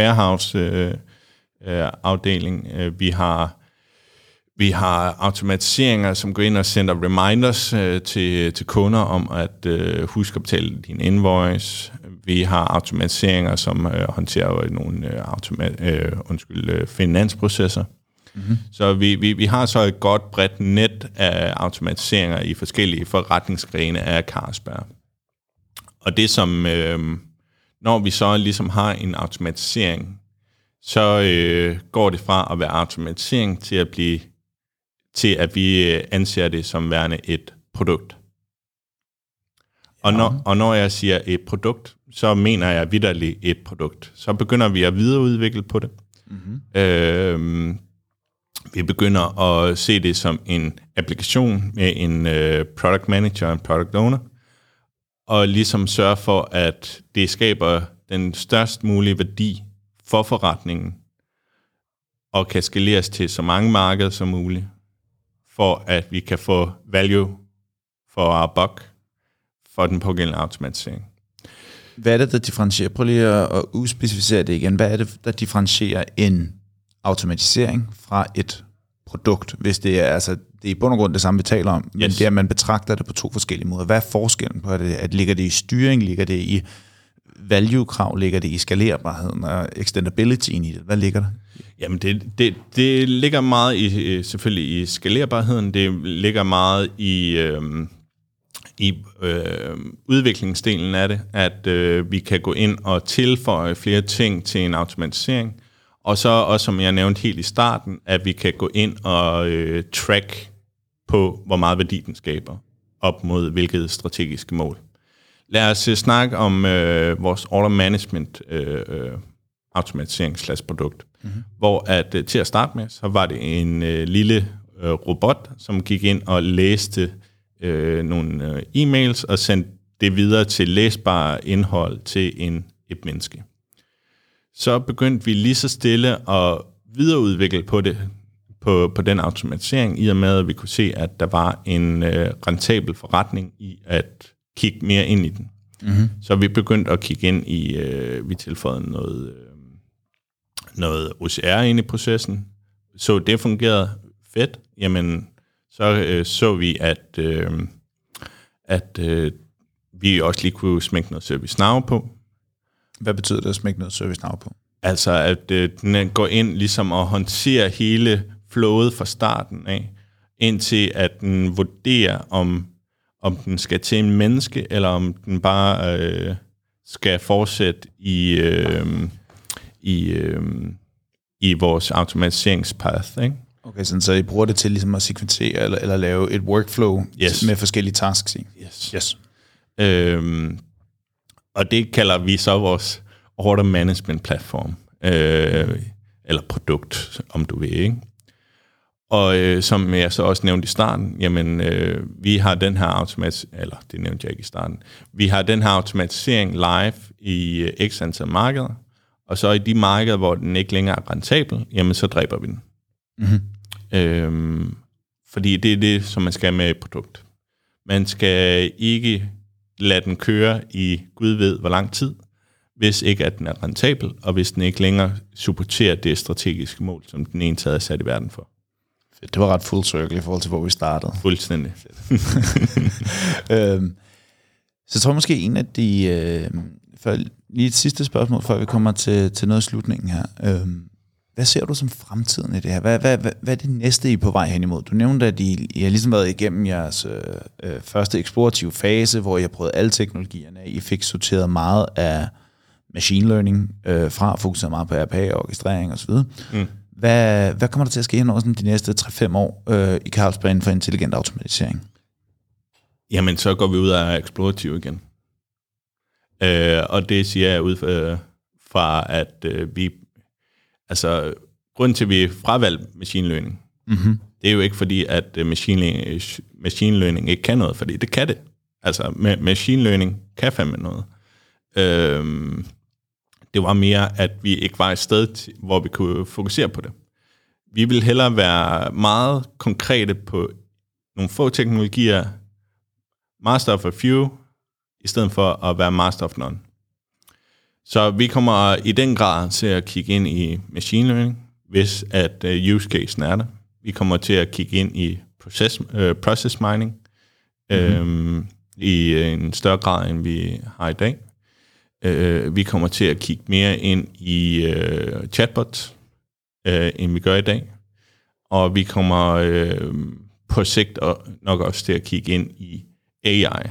warehouse-afdeling. Øh, øh, vi har vi har automatiseringer, som går ind og sender reminders øh, til, til kunder om at øh, huske at betale din invoice. Vi har automatiseringer, som øh, håndterer nogle øh, automa- øh, undskyld, øh, finansprocesser. Mm-hmm. Så vi, vi, vi har så et godt bredt net af automatiseringer i forskellige forretningsgrene af Carlsberg. Og det som, øh, når vi så ligesom har en automatisering, så øh, går det fra at være automatisering til at blive til at vi anser det som værende et produkt. Og når, og når jeg siger et produkt, så mener jeg vitterligt et produkt. Så begynder vi at videreudvikle på det. Mm-hmm. Øh, vi begynder at se det som en applikation med en uh, product manager og en product owner, og ligesom sørge for, at det skaber den størst mulige værdi for forretningen, og kan skaleres til så mange markeder som muligt, for at vi kan få value for our buck for den pågældende automatisering. Hvad er det, der differentierer? Prøv lige at uspecificere det igen. Hvad er det, der differentierer en automatisering fra et produkt, hvis det er, altså, det er i bund og grund det samme, vi taler om, men yes. det er, at man betragter det på to forskellige måder. Hvad er forskellen på det? At ligger det i styring, ligger det i value-krav, ligger det i skalerbarheden og extendability i det? Hvad ligger der? Jamen, det, det, det ligger meget i, selvfølgelig i skalerbarheden, det ligger meget i, øh, i øh, udviklingsdelen af det, at øh, vi kan gå ind og tilføje flere ting til en automatisering, og så også, som jeg nævnte helt i starten, at vi kan gå ind og øh, track på, hvor meget værdi den skaber, op mod hvilket strategiske mål. Lad os uh, snakke om øh, vores order management øh, øh, automatisering slash produkt, mm-hmm. hvor at øh, til at starte med, så var det en øh, lille øh, robot, som gik ind og læste øh, nogle øh, e-mails og sendte det videre til læsbare indhold til en, et menneske. Så begyndte vi lige så stille at videreudvikle på det, på, på den automatisering, i og med at vi kunne se, at der var en øh, rentabel forretning i at kigge mere ind i den. Mm-hmm. Så vi begyndte at kigge ind i, øh, vi tilføjede noget, øh, noget O C R ind i processen. Så det fungerede fedt. Jamen, så øh, så vi, at, øh, at øh, vi også lige kunne smække noget ServiceNow på. Hvad betyder det at smække noget ServiceNow på? Altså, at øh, den går ind ligesom og håndterer hele flowet fra starten af, indtil at den vurderer, om om den skal til en menneske, eller om den bare øh, skal fortsætte i, øh, i, øh, i vores automatiseringspath, ikke? Okay, så I bruger det til ligesom at sekventere, eller, eller lave et workflow yes. med forskellige tasks i? Yes. yes. Øhm, og det kalder vi så vores order management platform, øh, eller produkt, om du vil, ikke? Og øh, som jeg så også nævnte i starten, jamen øh, vi har den her automatisering, eller det nævnte jeg ikke i starten, vi har den her automatisering live i øh, x antal markeder, og så i de markeder, hvor den ikke længere er rentabel, jamen så dræber vi den. Mm-hmm. Øhm, fordi det er det, som man skal med et produkt. Man skal ikke lade den køre i Gud ved hvor lang tid, hvis ikke at den er rentabel, og hvis den ikke længere supporterer det strategiske mål, som den ene taget er sat i verden for. Det var ret full circle i forhold til, hvor vi startede. Fuldstændig. øhm, så jeg tror måske en af de... Øh, for lige et sidste spørgsmål, før vi kommer til, til noget i slutningen her. Øhm, hvad ser du som fremtiden i det her? Hvad, hvad, hvad, hvad er det næste, I er på vej hen imod? Du nævnte, at I, I har ligesom været igennem jeres øh, første eksplorative fase, hvor I har prøvet alle teknologierne. I fik sorteret meget af machine learning øh, fra, fokuseret meget på R P A og orkestrering osv. Mm. Hvad, hvad kommer der til at ske hen over sådan de næste tre til fem år øh, i Carlsberg inden for intelligent automatisering? Jamen, så går vi ud af eksplorativ igen. Øh, og det siger jeg ud øh, fra, at øh, vi... Altså, grunden til, at vi fravalgte machine learning, mm-hmm. det er jo ikke fordi, at machine learning, machine learning ikke kan noget, fordi det kan det. Altså, machine learning kan fandme noget. Øh, Det var mere, at vi ikke var et sted, hvor vi kunne fokusere på det. Vi vil hellere være meget konkrete på nogle få teknologier, master of a few, i stedet for at være master of none. Så vi kommer i den grad til at kigge ind i machine learning, hvis at uh, use casen er der. Vi kommer til at kigge ind i process, uh, process mining mm-hmm. øhm, i en større grad, end vi har i dag. Uh, vi kommer til at kigge mere ind i uh, chatbots, uh, end vi gør i dag. Og vi kommer uh, på sigt og nok også til at kigge ind i A I.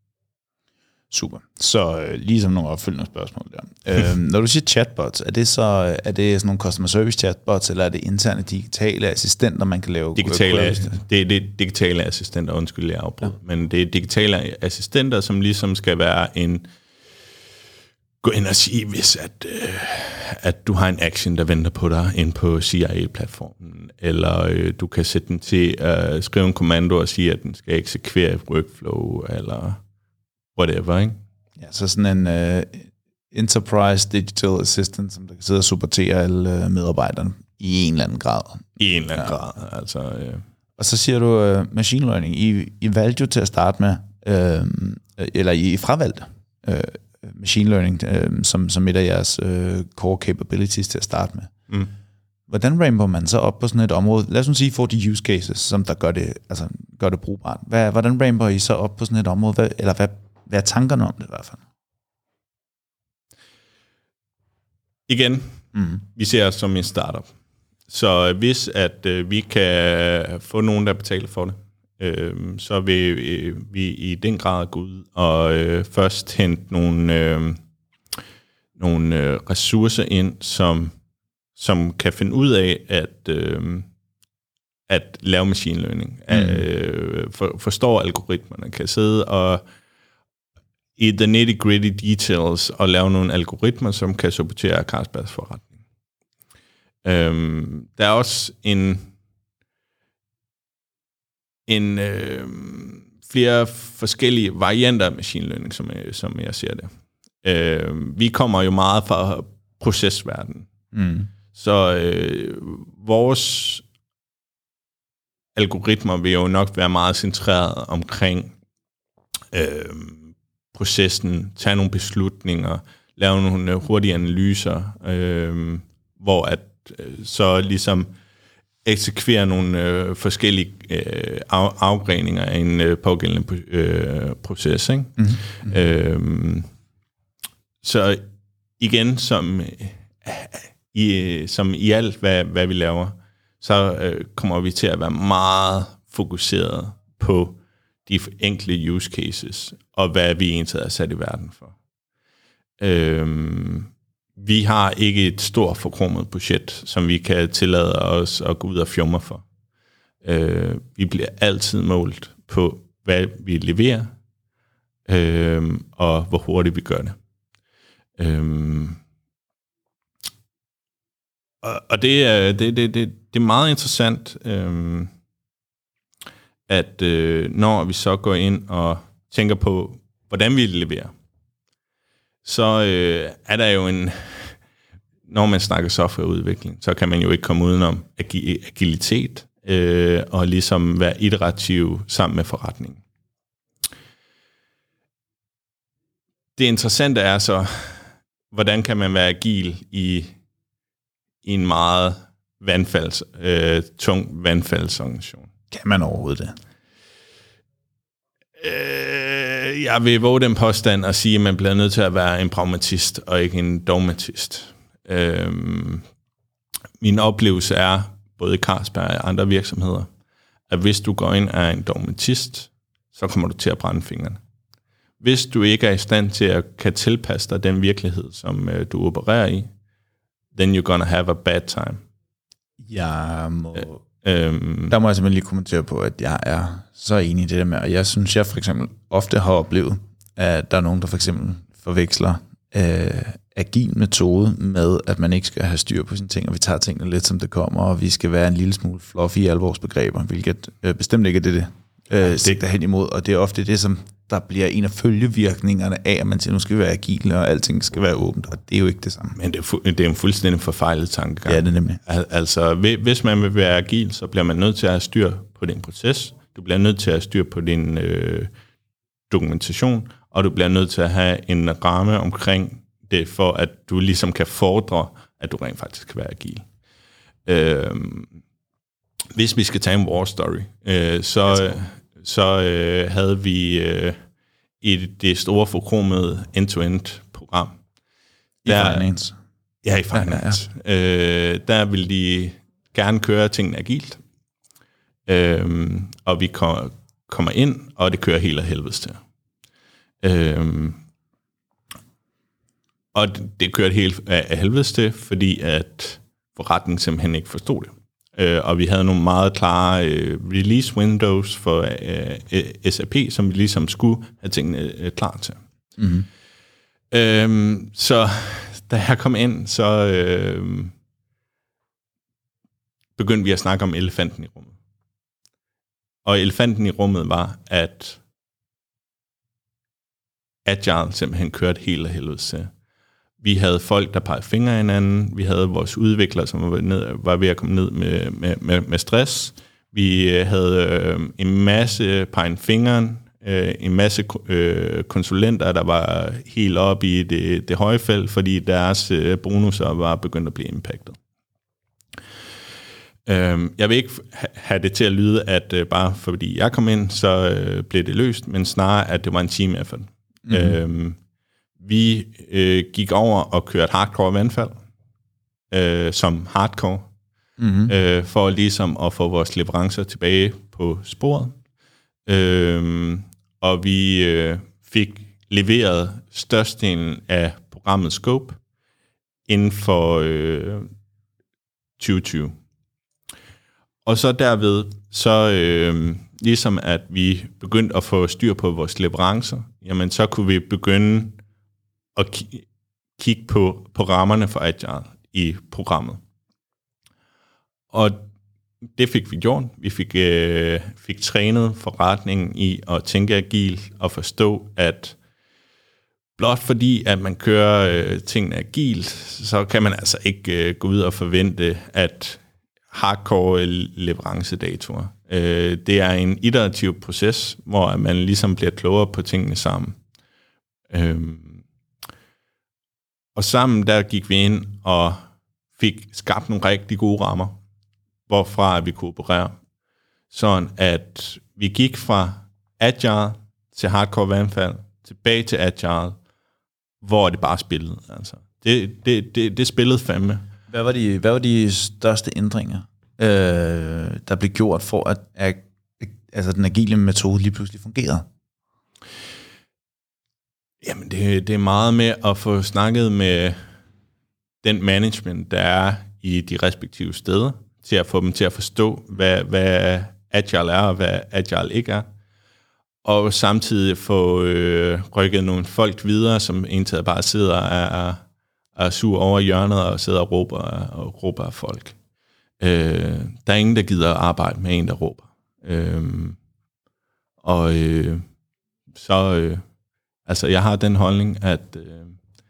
Super. Så øh, ligesom nogle opfølgende spørgsmål der. øhm, når du siger chatbots, er det så er det sådan nogle customer service chatbots, eller er det interne digitale assistenter, man kan lave? Digitale, det er det digitale assistenter, undskyld, jeg afbrød. Ja. Men det er digitale assistenter, som ligesom skal være en... Gå ind og sige, hvis at, øh, at du har en action, der venter på dig ind på C I A-platformen, eller øh, du kan sætte den til at øh, skrive en kommando og sige, at den skal eksekvere et workflow, eller whatever, ikke? Ja, så sådan en uh, enterprise digital assistant, som der kan sidde og supportere alle uh, medarbejderne i en eller anden grad. I en eller anden ja. grad, altså. Øh. Og så siger du uh, machine learning. I, I valgte jo til at starte med, øh, eller I fravalgte øh, machine learning øh, som, som et af jeres øh, core capabilities til at starte med. Mm. hvordan ramper man så op på sådan et område? Lad os nu sige, for de use cases, som der gør det, altså, gør det brugbart. Hvad, hvordan ramper I så op på sådan et område? Hvad, eller hvad, hvad er tankerne om det i hvert fald? Igen, mm. vi ser os som en startup. Så hvis at øh, vi kan få nogen, der betaler for det, øh, så vil øh, vi i den grad gå ud og øh, først hente nogle, øh, nogle øh, ressourcer ind, som, som kan finde ud af at, øh, at lave machine learning. Mm. Øh, for, forstår algoritmerne, kan sidde og i the nitty-gritty details og lave nogle algoritmer, som kan supportere Carlsbergs forretning. Øhm, der er også en, en øh, flere forskellige varianter af machine learning, som jeg, som jeg ser det. Øh, vi kommer jo meget fra procesverdenen. Mm. Så øh, vores algoritmer vil jo nok være meget centreret omkring øh, processen, tage nogle beslutninger, lave nogle hurtige analyser, øh, hvor at øh, så ligesom eksekvere nogle øh, forskellige øh, af, afgreninger af en øh, pågældende øh, proces. Ikke? Mm-hmm. Øh, så igen, som i, som i alt, hvad, hvad vi laver, så øh, kommer vi til at være meget fokuseret på de enkelte use cases, og hvad vi egentlig er sat i verden for. Øhm, vi har ikke et stort forkromet budget, som vi kan tillade os at gå ud og fjumre for. Øh, vi bliver altid målt på, hvad vi leverer, øh, og hvor hurtigt vi gør det. Øh, og, og det er, det, det, det, det er meget interessant, øh, at øh, når vi så går ind og tænker på, hvordan vi leverer, så øh, er der jo en... Når man snakker softwareudvikling, så kan man jo ikke komme udenom agilitet øh, og ligesom være iterativ sammen med forretningen. Det interessante er så, hvordan kan man være agil i, i en meget vandfalds, øh, tung vandfaldsorganisation? Kan man overhovedet det? Øh, jeg vil våge den påstand og sige, at man bliver nødt til at være en pragmatist og ikke en dogmatist. Øhm, min oplevelse er, både i Carlsberg og andre virksomheder, at hvis du går ind og er en dogmatist, så kommer du til at brænde fingrene. Hvis du ikke er i stand til at kan tilpasse dig den virkelighed, som øh, du opererer i, then you're gonna have a bad time. Jeg må, øh, øhm, der må jeg simpelthen lige kommentere på, at jeg er så enig i det der med, og jeg synes, jeg for eksempel ofte har oplevet, at der er nogen, der for eksempel forveksler øh, agil metode med, at man ikke skal have styr på sine ting, og vi tager tingene lidt, som det kommer, og vi skal være en lille smule fluffy i alle vores begreber, hvilket øh, bestemt ikke er det, det øh, sigter hen imod, og det er ofte det, som der bliver en af følgevirkningerne af, at man siger, nu skal vi være agile, og alting skal være åbent, og det er jo ikke det samme. Men det er, fu- det er en fuldstændig forfejlet tankegang. Ja, det er nemlig. Al- altså, hvis man vil være agil, så bliver man nødt til at have styr på din proces, du bliver nødt til at have styr på din øh, dokumentation, og du bliver nødt til at have en ramme omkring det, for at du ligesom kan fordre, at du rent faktisk kan være agil. Øh, hvis vi skal tage en war story, øh, så, så øh, havde vi øh, i det store forkromede end-to-end-program. I der, finance? Ja, i finance. Ja, ja, ja. Øh, der ville de gerne køre tingene agilt, øh, og vi kom, kommer ind, og det kører helt af helvedes til. Øh, Og det kørte helt af helvedes til, fordi at forretningen simpelthen ikke forstod det. Øh, og vi havde nogle meget klare øh, release windows for øh, S A P, som vi ligesom skulle have tingene øh, klar til. Mm-hmm. Øhm, så da jeg kom ind, så øh, begyndte vi at snakke om elefanten i rummet. Og elefanten i rummet var, at Agile simpelthen kørte helt af helvedes til. Vi havde folk, der pegede fingre af hinanden. Vi havde vores udviklere, som var, ned, var ved at komme ned med, med, med, med stress. Vi havde øh, en masse pegen fingeren, øh, en masse øh, konsulenter, der var helt oppe i det, det høje felt, fordi deres øh, bonusser var begyndt at blive impactet. Øhm, jeg vil ikke ha- have det til at lyde, at øh, bare fordi jeg kom ind, så øh, blev det løst, men snarere, at det var en team effort. Mm-hmm. Øhm, vi øh, gik over og kørte hardcore vandfald, øh, som hardcore, mm-hmm. øh, for ligesom at få vores leverancer tilbage på sporet. Øh, og vi øh, fik leveret størstedelen af programmets scope inden for øh, tyve tyve. Og så derved, så øh, ligesom at vi begyndte at få styr på vores leverancer, jamen så kunne vi begynde at k- kigge på, på rammerne for Agile i programmet. Og det fik vi gjort. Vi fik, øh, fik trænet forretningen i at tænke agil og forstå, at blot fordi, at man kører øh, tingene agilt, så kan man altså ikke øh, gå ud og forvente, at hardcore leverancedatoer. Øh, det er en iterativ proces, hvor man ligesom bliver klogere på tingene sammen. Øh, og sammen der gik vi ind og fik skabt nogle rigtig gode rammer, hvorfra vi kunne operere. Sådan at vi gik fra Agile til hardcore vandfald, tilbage til Agile, hvor det bare spillede. Altså. Det, det, det, det spillede fandme. Hvad var de, hvad var de største ændringer, øh, der blev gjort for, at, at altså, den agile metode lige pludselig fungerede? Jamen, det, det er meget med at få snakket med den management, der er i de respektive steder, til at få dem til at forstå, hvad, hvad Agile er, og hvad Agile ikke er. Og samtidig få øh, rykket nogle folk videre, som egentlig bare sidder og er, er sur over hjørnet og sidder og råber, og råber af folk. Øh, der er ingen, der gider at arbejde med en, der råber. Øh, og øh, så... Øh, altså, jeg har den holdning, at øh,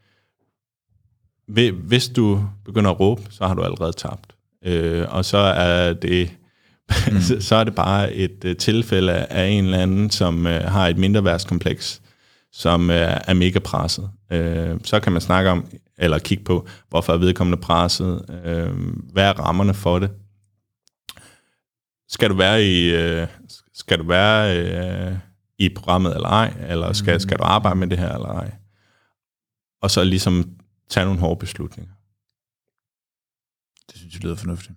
hvis du begynder at råbe, så har du allerede tabt. Øh, og så er det... Mm. så er det bare et uh, tilfælde af en eller anden, som uh, har et mindreværdskompleks, som uh, er mega presset. Uh, så kan man snakke om, eller kigge på, hvorfor er vedkommende presset, uh, hvad er rammerne for det. Skal du være i, uh, skal du være uh, i programmet eller ej, eller skal, mm. skal du arbejde med det her eller ej? Og så ligesom tage nogle hårde beslutninger. Det synes jeg lyder fornuftigt.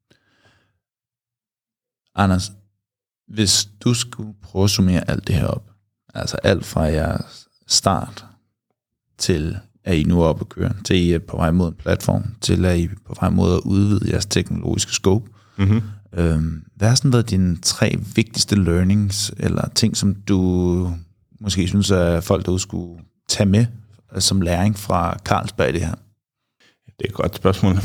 Anders, hvis du skulle prøve at summere alt det her op, altså alt fra jeres start til, at I nu er oppe at køre, til I er på vej mod en platform, til at I er på vej mod at udvide jeres teknologiske scope. Mm-hmm. Øhm, hvad har sådan været dine tre vigtigste learnings, eller ting, som du måske synes, at folk derude skulle tage med som læring fra Carlsberg i det her? Det er et godt spørgsmål.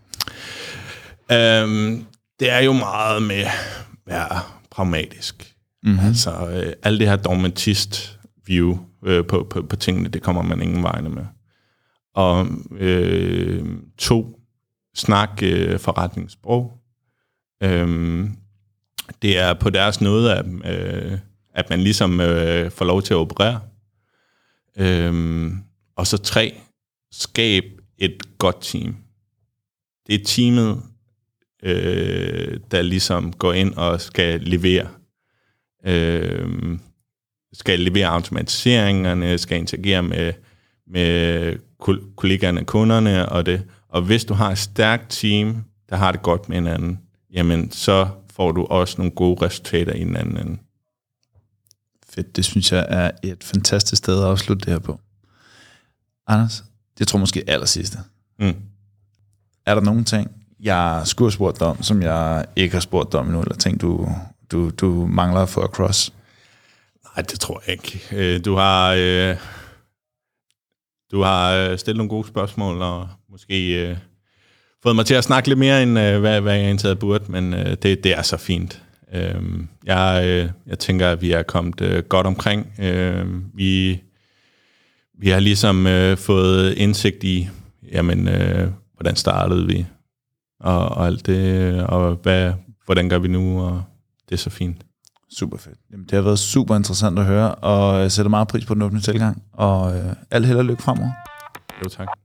øhm, det er jo meget med at være pragmatisk. Mm-hmm. Altså, øh, alt det her dogmatist-view øh, på, på, på tingene, det kommer man ingen vegne med. Og øh, to, snak øh, forretningssprog. Øh, det er på deres nåde, at, øh, at man ligesom øh, får lov til at operere. Øh, og så tre, skab et godt team. Det er teamet, øh, der ligesom går ind og skal levere. Øh, skal levere automatiseringerne, skal interagere med, med kollegaerne, kunderne og det. Og hvis du har et stærkt team, der har det godt med hinanden, jamen så får du også nogle gode resultater i den anden ende. Fedt, det synes jeg er et fantastisk sted at afslutte det her på. Anders, jeg tror måske aller sidste. Mm. Er der nogle ting, jeg skulle have spurgt dig om, som jeg ikke har spurgt dig om endnu, eller ting, du, du, du mangler at få across? Nej, det tror jeg ikke. Du har, øh, du har stillet nogle gode spørgsmål, og måske øh, fået mig til at snakke lidt mere, end øh, hvad, hvad jeg egentlig havde burde, men øh, det, det er så fint. Øh, jeg, øh, jeg tænker, at vi er kommet øh, godt omkring. Øh, vi, vi har ligesom øh, fået indsigt i, jamen, øh, hvordan startede vi, og, og alt det, og hvad, hvordan gør vi nu, og det er så fint. Super fedt. Jamen, det har været super interessant at høre, og jeg sætter meget pris på den åbne tilgang, og øh, alt held og lykke fremover. Jo, tak.